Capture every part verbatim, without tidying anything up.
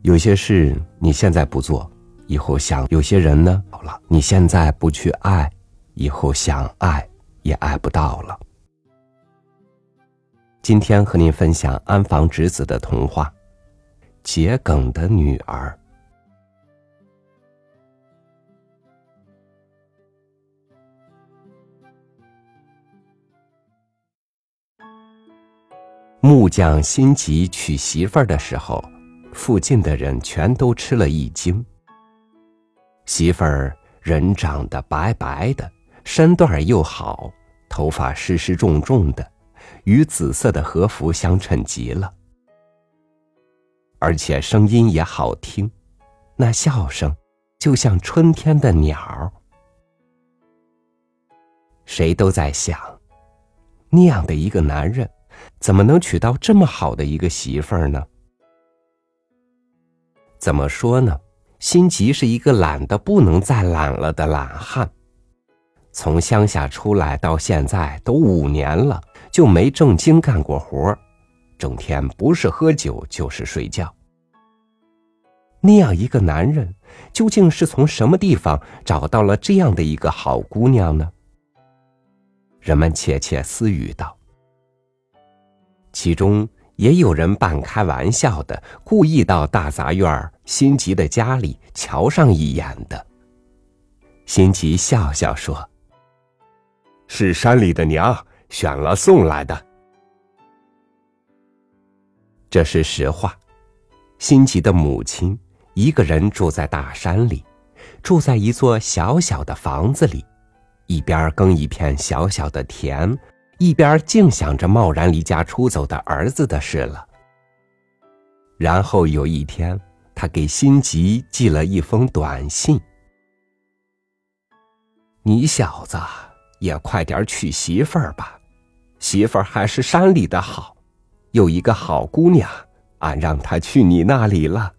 有些事你现在不做，以后想；有些人呢，好了，你现在不去爱，以后想爱也爱不到了。今天和您分享安房直子的童话《桔梗的女儿》。木匠辛吉娶媳妇儿的时候，附近的人全都吃了一惊。媳妇儿人长得白白的，身段又好，头发湿湿重重的，与紫色的和服相衬极了。而且声音也好听，那笑声就像春天的鸟。谁都在想，那样的一个男人怎么能娶到这么好的一个媳妇儿呢？怎么说呢？辛吉是一个懒得不能再懒了的懒汉，从乡下出来到现在都五年了，就没正经干过活，整天不是喝酒就是睡觉。那样一个男人，究竟是从什么地方找到了这样的一个好姑娘呢？人们窃窃私语道。其中也有人半开玩笑的，故意到大杂院辛吉的家里瞧上一眼的。辛吉笑笑说：“是山里的娘选了送来的。”这是实话。辛吉的母亲一个人住在大山里，住在一座小小的房子里，一边耕一片小小的田，一边净想着贸然离家出走的儿子的事了。然后有一天，他给辛吉寄了一封短信：“你小子也快点娶媳妇儿吧，媳妇儿还是山里的好，有一个好姑娘，俺让她去你那里了。”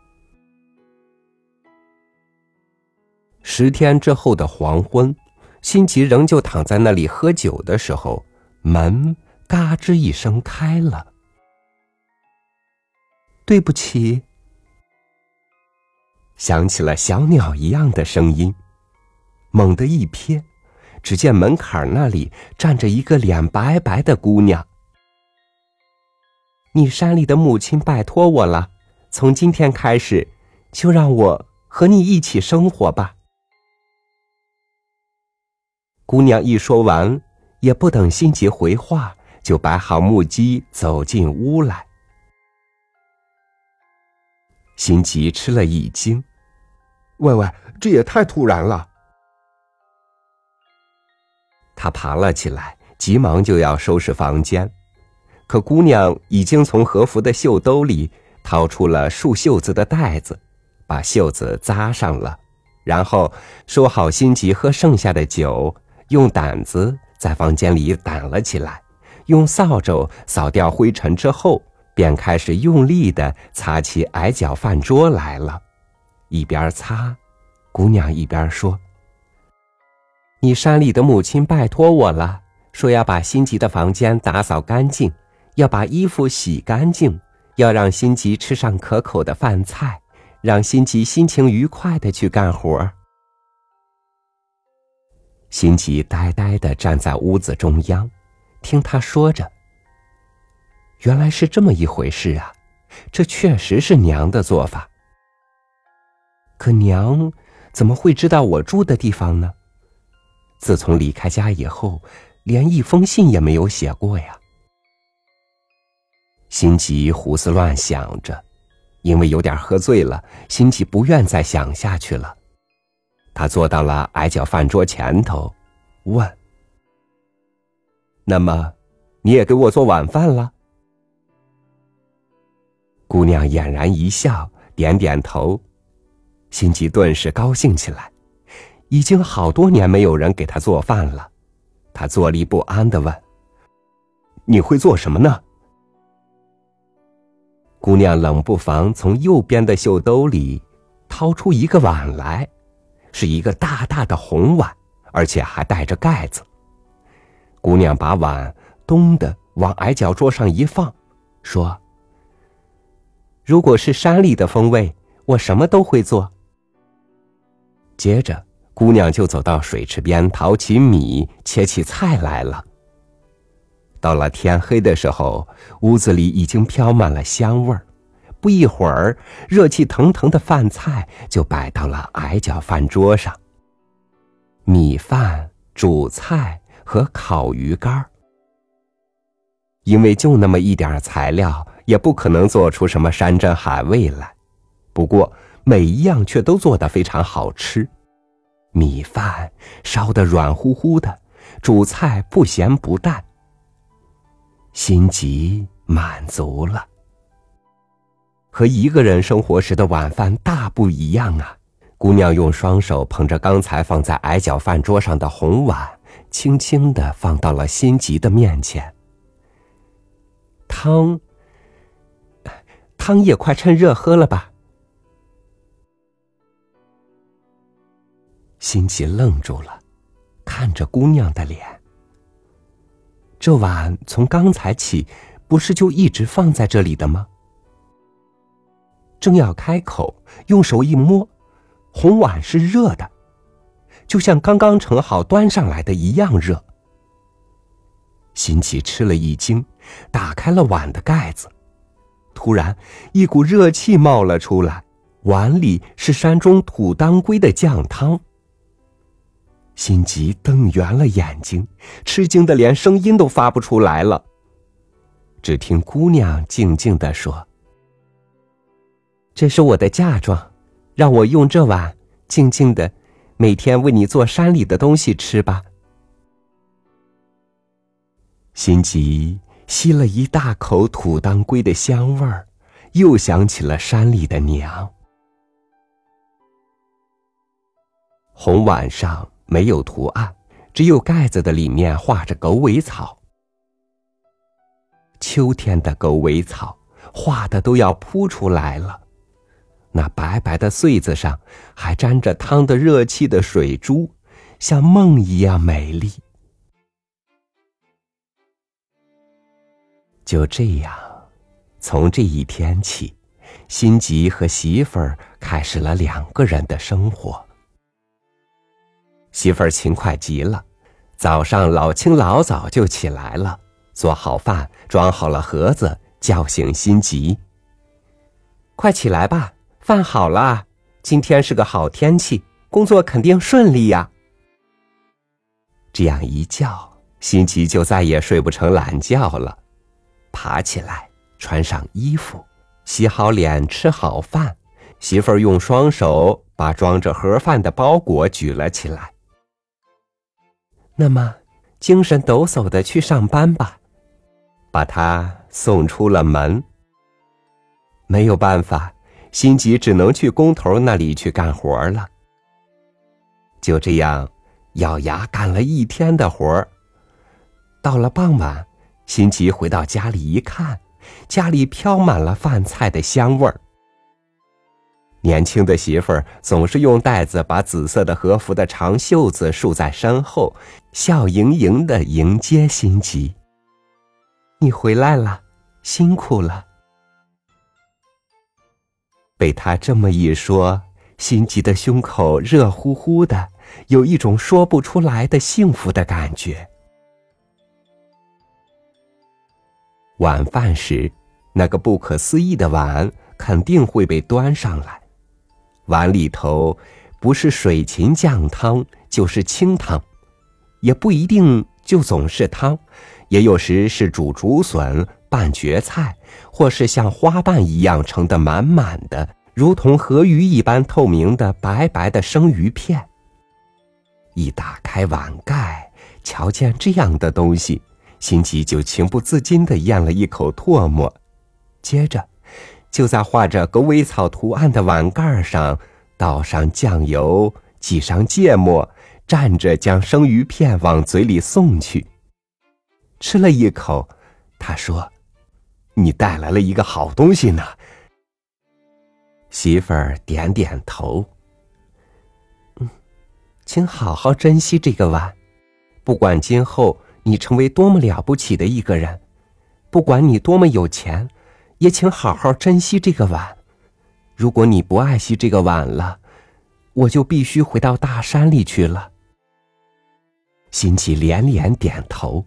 十天之后的黄昏，辛吉仍旧躺在那里喝酒的时候，门嘎吱一声开了。“对不起。”响起了小鸟一样的声音。猛地一瞥，只见门槛那里站着一个脸白白的姑娘。“你山里的母亲拜托我了，从今天开始，就让我和你一起生活吧。”姑娘一说完，也不等辛吉回话，就摆好木屐走进屋来。辛吉吃了一惊：“喂喂，这也太突然了！”他爬了起来，急忙就要收拾房间，可姑娘已经从和服的袖兜里掏出了束袖子的带子，把袖子扎上了，然后收好辛吉喝剩下的酒，用掸子在房间里掸了起来，用扫帚扫掉灰尘之后，便开始用力地擦起矮脚饭桌来了。一边擦，姑娘一边说：“你山里的母亲拜托我了，说要把辛吉的房间打扫干净，要把衣服洗干净，要让辛吉吃上可口的饭菜，让辛吉心情愉快地去干活。”辛吉呆呆地站在屋子中央，听他说着。原来是这么一回事啊，这确实是娘的做法。可娘怎么会知道我住的地方呢？自从离开家以后，连一封信也没有写过呀。辛吉胡思乱想着，因为有点喝醉了，辛吉不愿再想下去了。他坐到了矮脚饭桌前头，问：“那么，你也给我做晚饭了？”姑娘俨然一笑，点点头。辛吉顿时高兴起来，已经好多年没有人给他做饭了。他坐立不安地问：“你会做什么呢？”姑娘冷不防从右边的袖兜里掏出一个碗来，是一个大大的红碗，而且还带着盖子。姑娘把碗咚的往矮脚桌上一放，说：“ 如果是山里的风味，我什么都会做。”接着姑娘就走到水池边淘起米，切起菜来了。到了天黑的时候，屋子里已经飘满了香味儿，不一会儿，热气腾腾的饭菜就摆到了矮脚饭桌上。米饭、煮菜和烤鱼干。因为就那么一点材料，也不可能做出什么山珍海味来。不过每一样却都做得非常好吃。米饭烧得软乎乎的，煮菜不咸不淡。心急满足了。和一个人生活时的晚饭大不一样啊！姑娘用双手捧着刚才放在矮脚饭桌上的红碗，轻轻地放到了心急的面前。汤，汤也快趁热喝了吧。心急愣住了，看着姑娘的脸。这碗从刚才起，不是就一直放在这里的吗？正要开口，用手一摸，红碗是热的，就像刚刚盛好端上来的一样热。辛弃吃了一惊，打开了碗的盖子，突然一股热气冒了出来，碗里是山中土当归的酱汤。辛吉瞪圆了眼睛，吃惊的连声音都发不出来了。只听姑娘静静地说：“这是我的嫁妆，让我用这碗静静的每天为你做山里的东西吃吧。”辛吉吸了一大口土当归的香味儿，又想起了山里的娘。红碗上没有图案，只有盖子的里面画着狗尾草。秋天的狗尾草画的都要扑出来了，那白白的穗子上还沾着汤的热气的水珠，像梦一样美丽。就这样，从这一天起，辛吉和媳妇儿开始了两个人的生活。媳妇儿勤快极了，早上老清老早就起来了，做好饭，装好了盒子，叫醒辛吉：“快起来吧，饭好了，今天是个好天气，工作肯定顺利呀。”这样一叫，辛吉就再也睡不成懒觉了。爬起来，穿上衣服，洗好脸，吃好饭，媳妇儿用双手把装着盒饭的包裹举了起来。那么精神抖擞的去上班吧，把他送出了门。没有办法，辛吉只能去工头那里去干活了。就这样咬牙干了一天的活。到了傍晚，辛吉回到家里一看，家里飘满了饭菜的香味儿。年轻的媳妇儿总是用带子把紫色的和服的长袖子束在身后，笑盈盈地迎接辛吉：“你回来了，辛苦了。”被他这么一说，辛吉的胸口热乎乎的，有一种说不出来的幸福的感觉。晚饭时，那个不可思议的碗肯定会被端上来。碗里头不是水芹酱汤，就是清汤，也不一定就总是汤，也有时是煮竹笋、拌蕨菜，或是像花瓣一样盛得满满的，如同河鱼一般透明的白白的生鱼片。一打开碗盖，瞧见这样的东西，辛吉就情不自禁地咽了一口唾沫，接着就在画着狗尾草图案的碗盖上倒上酱油，挤上芥末，蘸着将生鱼片往嘴里送去。吃了一口，他说：“你带来了一个好东西呢。”媳妇儿点点头：“嗯，请好好珍惜这个碗，不管今后你成为多么了不起的一个人，不管你多么有钱， 也请好好珍惜这个碗。如果你不爱惜这个碗了，我就必须回到大山里去了。”辛吉连连点头。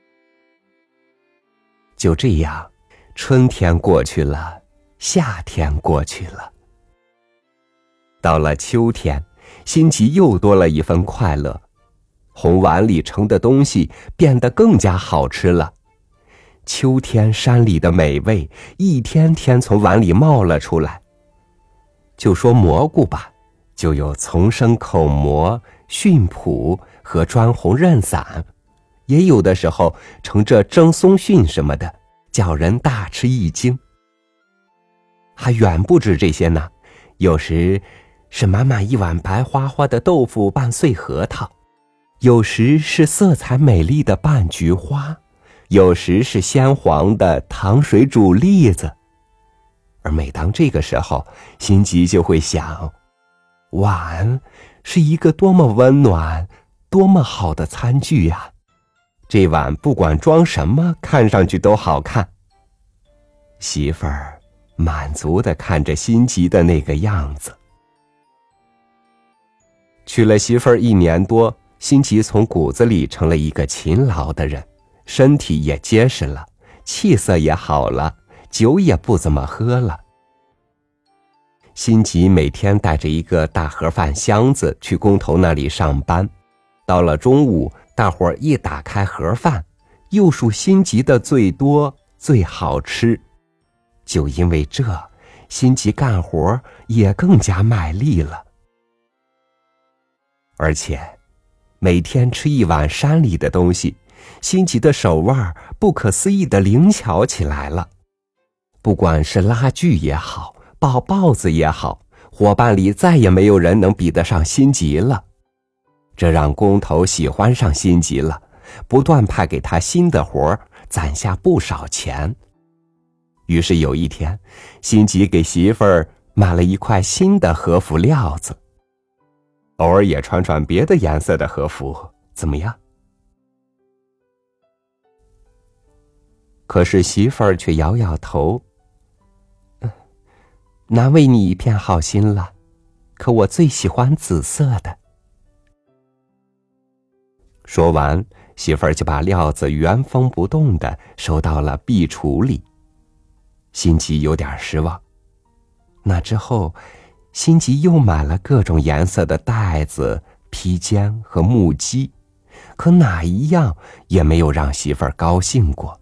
就这样，春天过去了，夏天过去了。到了秋天，辛吉又多了一份快乐，红碗里盛的东西变得更加好吃了。秋天山里的美味一天天从碗里冒了出来。就说蘑菇吧，就有丛生口蘑、熏蒲和专红韧散，也有的时候盛着蒸松蕈什么的，叫人大吃一惊。还远不止这些呢，有时是满满一碗白花花的豆腐拌碎核桃，有时是色彩美丽的拌菊花，有时是鲜黄的糖水煮栗子。而每当这个时候，辛吉就会想，碗是一个多么温暖、多么好的餐具呀！这碗不管装什么，看上去都好看。媳妇儿满足地看着辛吉的那个样子。娶了媳妇儿一年多，辛吉从骨子里成了一个勤劳的人，身体也结实了，气色也好了，酒也不怎么喝了。辛吉每天带着一个大盒饭箱子去工头那里上班，到了中午，大伙儿一打开盒饭，又数辛吉的最多最好吃。就因为这，辛吉干活也更加卖力了。而且每天吃一碗山里的东西，辛吉的手腕不可思议地灵巧起来了。不管是拉锯也好，抱豹子也好，伙伴里再也没有人能比得上辛吉了。这让工头喜欢上辛吉了，不断派给他新的活，攒下不少钱。于是有一天，辛吉给媳妇儿买了一块新的和服料子，偶尔也穿穿别的颜色的和服，怎么样？可是媳妇儿却摇摇头，难为你一片好心了，可我最喜欢紫色的。说完，媳妇儿就把料子原封不动地收到了壁橱里。辛吉有点失望。那之后，辛吉又买了各种颜色的袋子、披肩和木屐，可哪一样也没有让媳妇儿高兴过。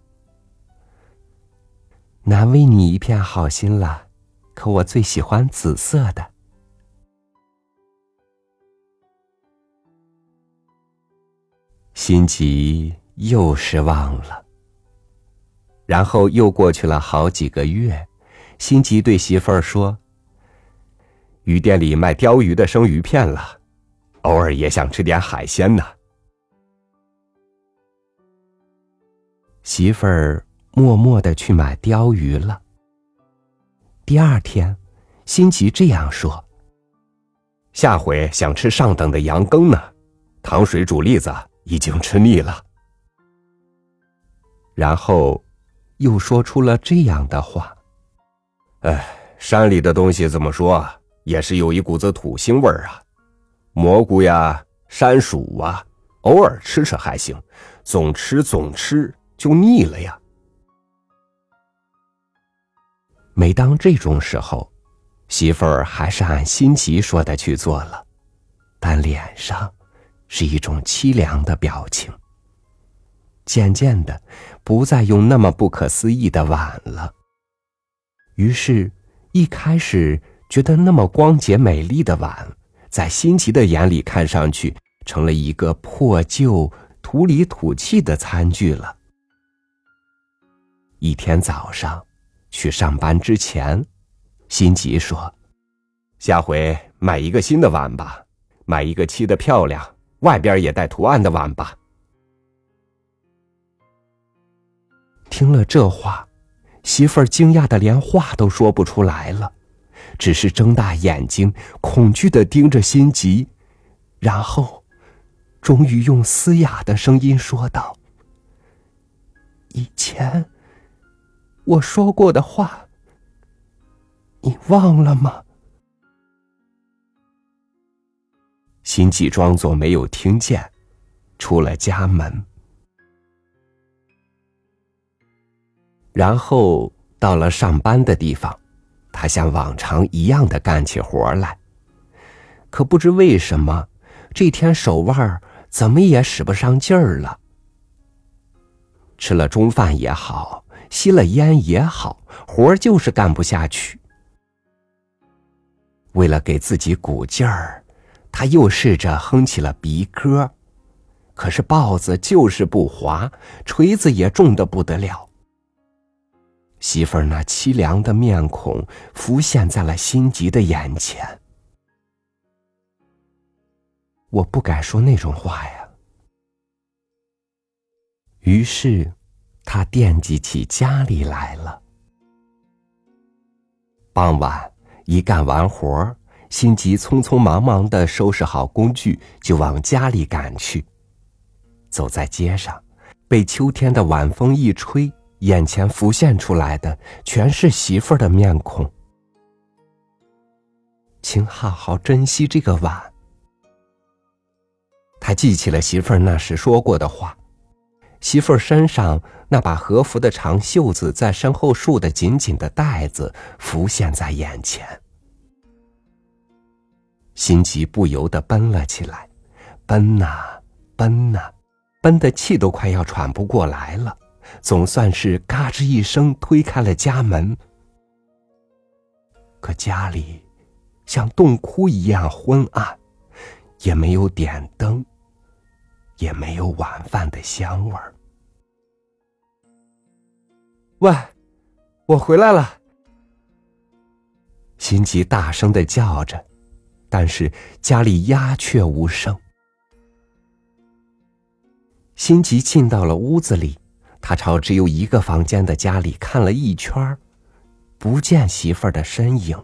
难为你一片好心了，可我最喜欢紫色的。辛吉又失望了。然后又过去了好几个月，辛吉对媳妇儿说：“鱼店里卖鲷鱼的生鱼片了，偶尔也想吃点海鲜呢。”媳妇儿默默地去买鲷鱼了。第二天，辛吉这样说：“下回想吃上等的羊羹呢，糖水煮栗子已经吃腻了。”然后又说出了这样的话：“哎，山里的东西怎么说，也是有一股子土腥味儿啊。蘑菇呀、山薯啊，偶尔吃吃还行，总吃总吃就腻了呀。”每当这种时候，媳妇儿还是按辛吉说的去做了，但脸上是一种凄凉的表情。渐渐的，不再用那么不可思议的碗了。于是，一开始觉得那么光洁美丽的碗，在辛吉的眼里看上去成了一个破旧、土里土气的餐具了。一天早上，去上班之前，辛吉说：“下回买一个新的碗吧，买一个漆得漂亮、外边也带图案的碗吧。”听了这话，媳妇儿惊讶的连话都说不出来了，只是睁大眼睛，恐惧地盯着辛吉，然后终于用嘶哑的声音说道：“以前我说过的话，你忘了吗？辛吉装作没有听见，出了家门。然后到了上班的地方，他像往常一样的干起活来。可不知为什么，这天手腕怎么也使不上劲儿了。吃了中饭也好，吸了烟也好，活就是干不下去。为了给自己鼓劲儿，他又试着哼起了鼻歌，可是刨子就是不滑，锤子也重得不得了。媳妇儿那凄凉的面孔浮现在了辛吉的眼前。我不该说那种话呀。于是他惦记起家里来了。傍晚一干完活，辛吉匆匆忙忙地收拾好工具，就往家里赶去。走在街上，被秋天的晚风一吹，眼前浮现出来的全是媳妇儿的面孔。请好好珍惜这个碗。他记起了媳妇儿那时说过的话，媳妇儿身上那把和服的长袖子在身后束得紧紧的带子浮现在眼前。辛吉不由得奔了起来，奔呐奔呐，奔得气都快要喘不过来了，总算是嘎吱一声推开了家门。可家里像洞窟一样昏暗，也没有点灯，也没有晚饭的香味儿。喂，我回来了！辛吉大声地叫着，但是家里鸦雀无声。辛吉进到了屋子里，他朝只有一个房间的家里看了一圈，不见媳妇儿的身影。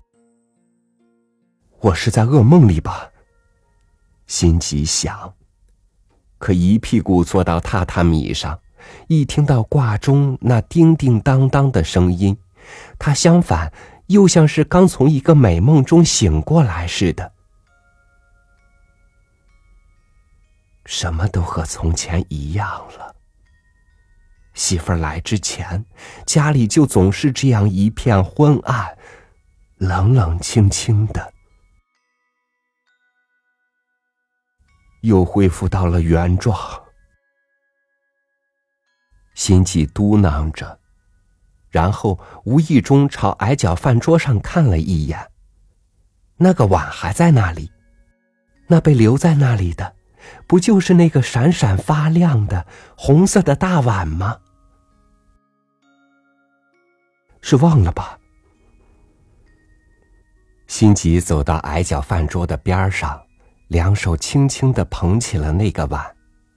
我是在噩梦里吧？辛吉想。可一屁股坐到榻榻米上，一听到挂钟那叮叮当当的声音，他相反又像是刚从一个美梦中醒过来似的。什么都和从前一样了。媳妇儿来之前，家里就总是这样一片昏暗，冷冷清清的。又恢复到了原状。辛吉嘟囔着，然后无意中朝矮脚饭桌上看了一眼，那个碗还在那里，那被留在那里的，不就是那个闪闪发亮的红色的大碗吗？是忘了吧？辛吉走到矮脚饭桌的边上，两手轻轻地捧起了那个碗。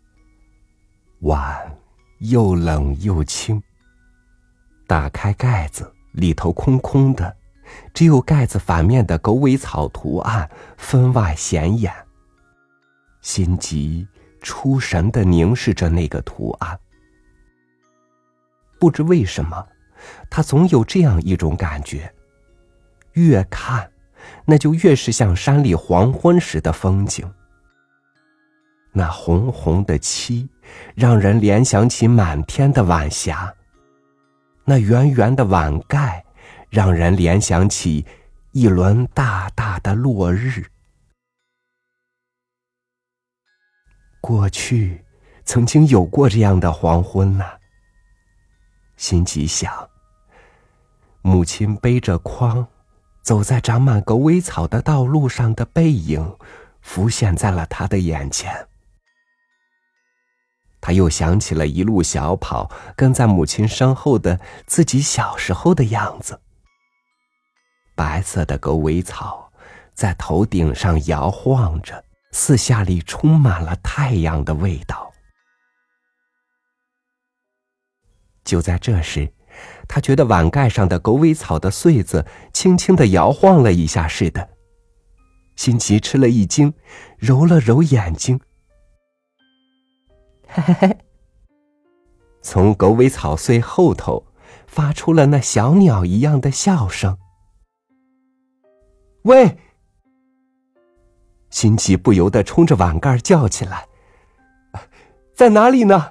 碗又冷又轻，打开盖子，里头空空的，只有盖子反面的狗尾草图案分外显眼。辛吉出神地凝视着那个图案。不知为什么，他总有这样一种感觉，越看那就越是像山里黄昏时的风景。那红红的漆让人联想起满天的晚霞，那圆圆的碗盖让人联想起一轮大大的落日。过去曾经有过这样的黄昏啊，辛吉想。母亲背着筐走在长满狗尾草的道路上的背影浮现在了他的眼前。他又想起了一路小跑跟在母亲身后的自己小时候的样子。白色的狗尾草在头顶上摇晃着，四下里充满了太阳的味道。就在这时，他觉得碗盖上的狗尾草的穗子轻轻地摇晃了一下似的。辛吉吃了一惊，揉了揉眼睛。嘿嘿嘿，从狗尾草穗后头发出了那小鸟一样的笑声。喂！辛吉不由得冲着碗盖叫起来，在哪里呢？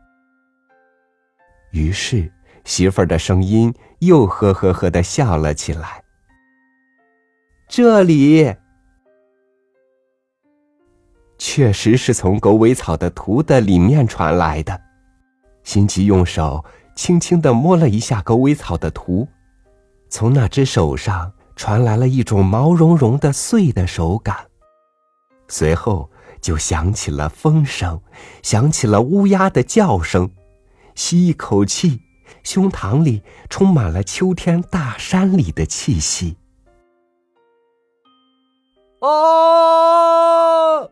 于是媳妇儿的声音又呵呵呵地笑了起来。这里，确实是从狗尾草的图的里面传来的。辛吉用手轻轻地摸了一下狗尾草的图，从那只手上传来了一种毛茸茸的碎的手感，随后就响起了风声，响起了乌鸦的叫声，吸一口气，胸膛里充满了秋天大山里的气息。哦！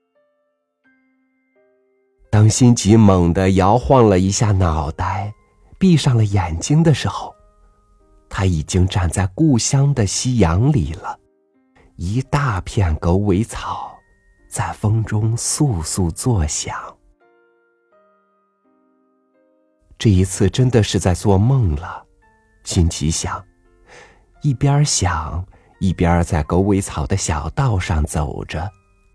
当辛吉猛地摇晃了一下脑袋，闭上了眼睛的时候，他已经站在故乡的夕阳里了，一大片狗尾草在风中簌簌作响。这一次真的是在做梦了，辛吉想，一边想一边在狗尾草的小道上走着。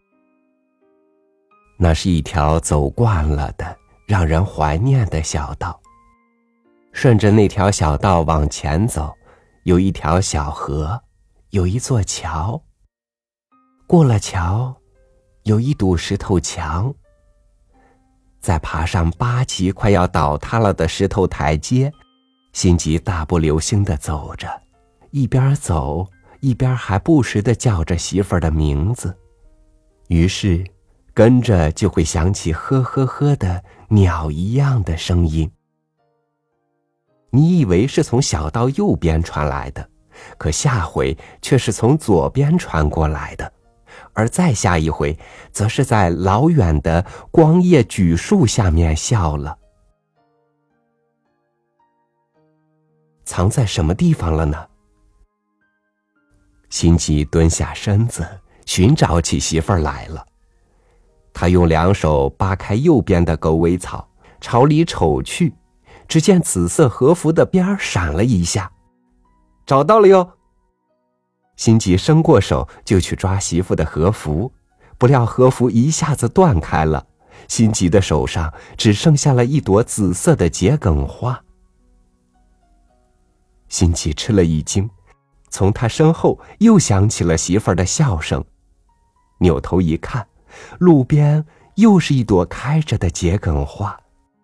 那是一条走惯了的让人怀念的小道，顺着那条小道往前走，有一条小河，有一座桥，过了桥，有一堵石头墙。再爬上八级快要倒塌了的石头台阶，辛吉大步流星地走着，一边走一边还不时地叫着媳妇儿的名字，于是跟着就会响起呵呵呵的鸟一样的声音。你以为是从小道右边传来的，可下回却是从左边传过来的，而再下一回则是在老远的光叶榉树下面笑了。藏在什么地方了呢？辛吉蹲下身子，寻找起媳妇儿来了。他用两手扒开右边的狗尾草，朝里瞅去，只见紫色和服的边儿闪了一下。找到了哟！辛吉伸过手就去抓媳妇的和服，不料和服一下子断开了，辛吉的手上只剩下了一朵紫色的桔梗花。辛吉吃了一惊，从他身后又响起了媳妇儿的笑声，扭头一看，路边又是一朵开着的桔梗花。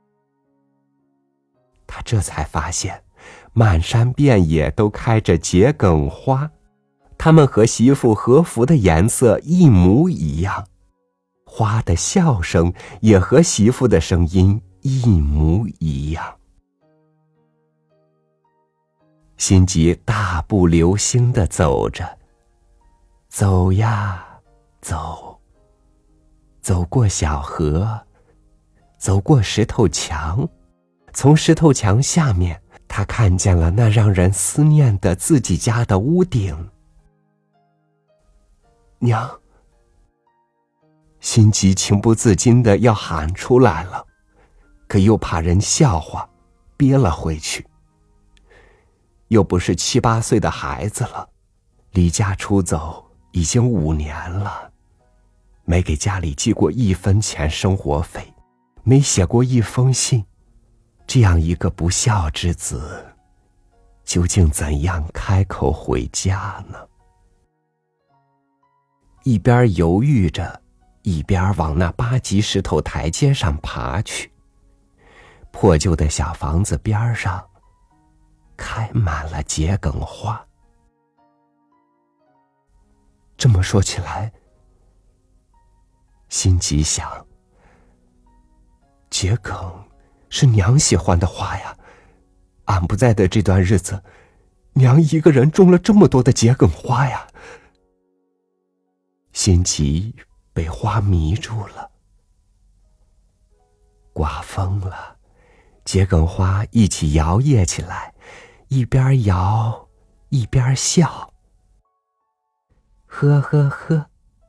他这才发现，满山遍野都开着桔梗花，它们和媳妇和服的颜色一模一样，花的笑声也和媳妇的声音一模一样。辛吉大步流星地走着，走呀走，走过小河，走过石头墙，从石头墙下面，他看见了那让人思念的自己家的屋顶。娘！辛吉情不自禁的要喊出来了，可又怕人笑话，憋了回去。又不是七八岁的孩子了，离家出走已经五年了，没给家里寄过一分钱生活费，没写过一封信，这样一个不孝之子，究竟怎样开口回家呢？一边犹豫着，一边往那八级石头台阶上爬去。破旧的小房子边上开满了桔梗花。这么说起来，辛吉想，桔梗是娘喜欢的花呀，俺不在的这段日子，娘一个人种了这么多的桔梗花呀。辛吉被花迷住了，刮风了，桔梗花一起摇曳起来，一边摇一边笑，呵呵呵。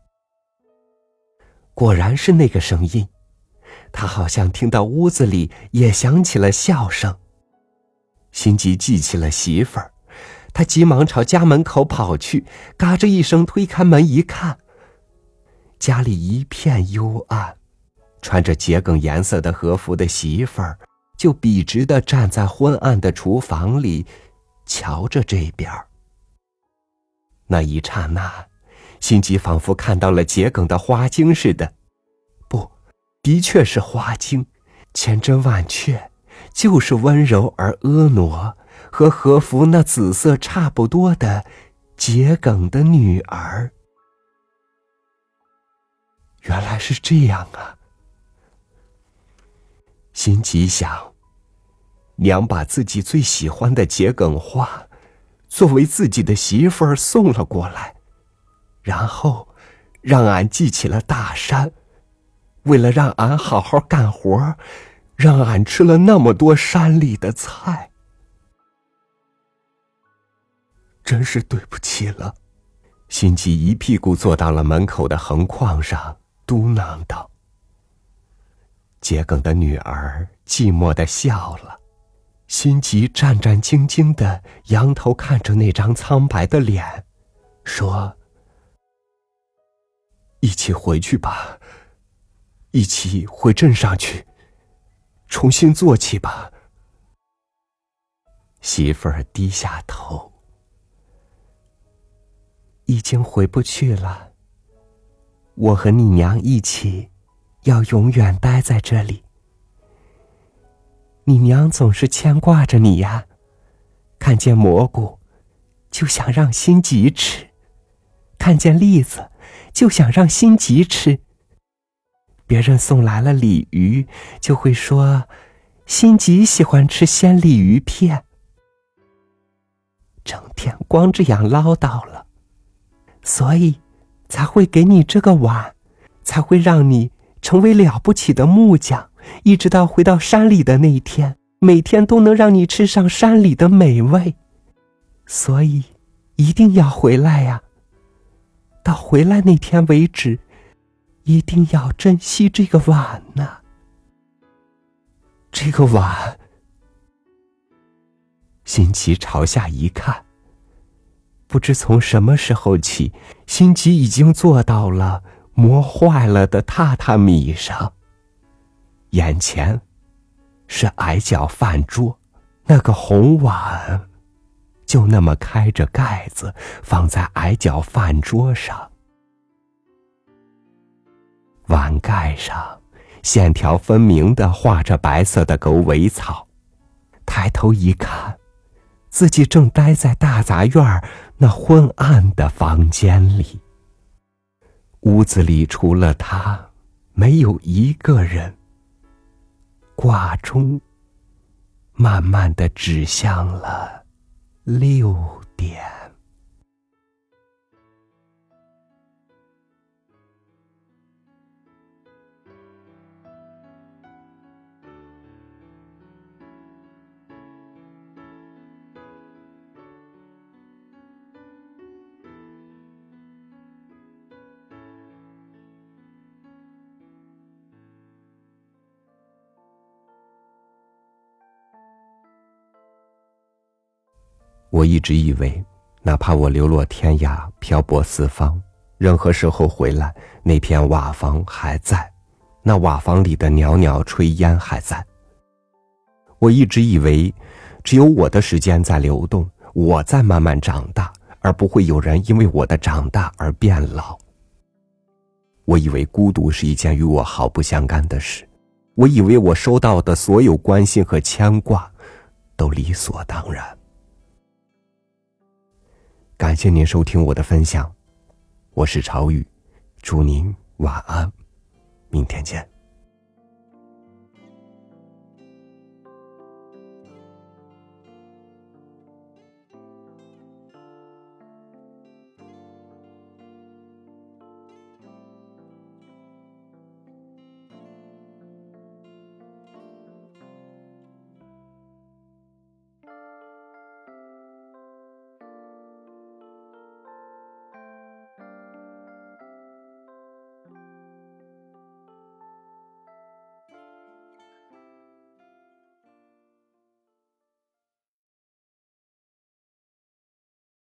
果然是那个声音，他好像听到屋子里也响起了笑声。 辛吉记起了媳妇儿，他急忙朝家门口跑去，嘎着一声推开门一看，家里一片幽暗，穿着桔梗颜色的和服的媳妇儿就笔直地站在昏暗的厨房里，瞧着这边。那一刹那，辛吉仿佛看到了桔梗的花茎似的，不，的确是花茎，千真万确，就是温柔而婀娜，和和服那紫色差不多的桔梗的女儿。原来是这样啊！辛吉想，娘把自己最喜欢的桔梗花作为自己的媳妇儿送了过来，然后让俺记起了大山，为了让俺好好干活，让俺吃了那么多山里的菜，真是对不起了。辛吉一屁股坐到了门口的横框上，嘟囔道。桔梗的女儿寂寞地笑了，辛吉战战兢兢地仰头看着那张苍白的脸，说：一起回去吧，一起回镇上去，重新做起吧。媳妇儿低下头，已经回不去了，我和你娘一起要永远待在这里。你娘总是牵挂着你呀，看见蘑菇就想让辛吉吃，看见栗子就想让辛吉吃，别人送来了鲤鱼就会说辛吉喜欢吃鲜鲤鱼片，整天光这样唠叨了，所以才会给你这个碗，才会让你成为了不起的木匠，一直到回到山里的那一天，每天都能让你吃上山里的美味。所以一定要回来呀，到回来那天为止，一定要珍惜这个碗呢。这个碗，辛吉朝下一看，不知从什么时候起，辛吉已经坐到了磨坏了的榻榻米上，眼前是矮脚饭桌，那个红碗就那么开着盖子放在矮脚饭桌上，碗盖上线条分明地画着白色的狗尾草，抬头一看，自己正待在大杂院那昏暗的房间里，屋子里除了他没有一个人，挂钟慢慢地指向了六点。我一直以为，哪怕我流落天涯，漂泊四方，任何时候回来，那片瓦房还在，那瓦房里的袅袅炊烟还在。我一直以为，只有我的时间在流动，我在慢慢长大，而不会有人因为我的长大而变老。我以为孤独是一件与我毫不相干的事，我以为我收到的所有关心和牵挂都理所当然。感谢您收听我的分享，我是朝雨，祝您晚安，明天见。